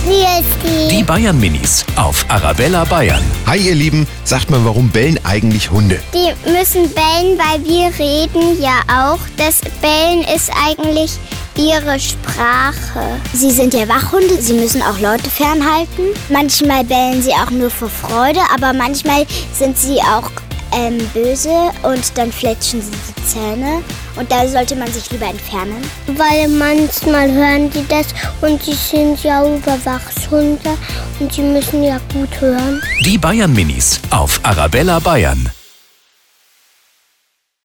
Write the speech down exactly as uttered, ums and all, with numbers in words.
Grüß Die Bayern Minis auf Arabella Bayern. Hi ihr Lieben, sagt mal, warum bellen eigentlich Hunde? Die müssen bellen, weil wir reden ja auch. Das Bellen ist eigentlich ihre Sprache. Sie sind ja Wachhunde, sie müssen auch Leute fernhalten. Manchmal bellen sie auch nur vor Freude, aber manchmal sind sie auch ähm, böse und dann fletschen sie die Zähne. Und da sollte man sich lieber entfernen. Weil manchmal hören die das und sie sind ja Überwachshunde und sie müssen ja gut hören. Die Bayern Minis auf Arabella Bayern.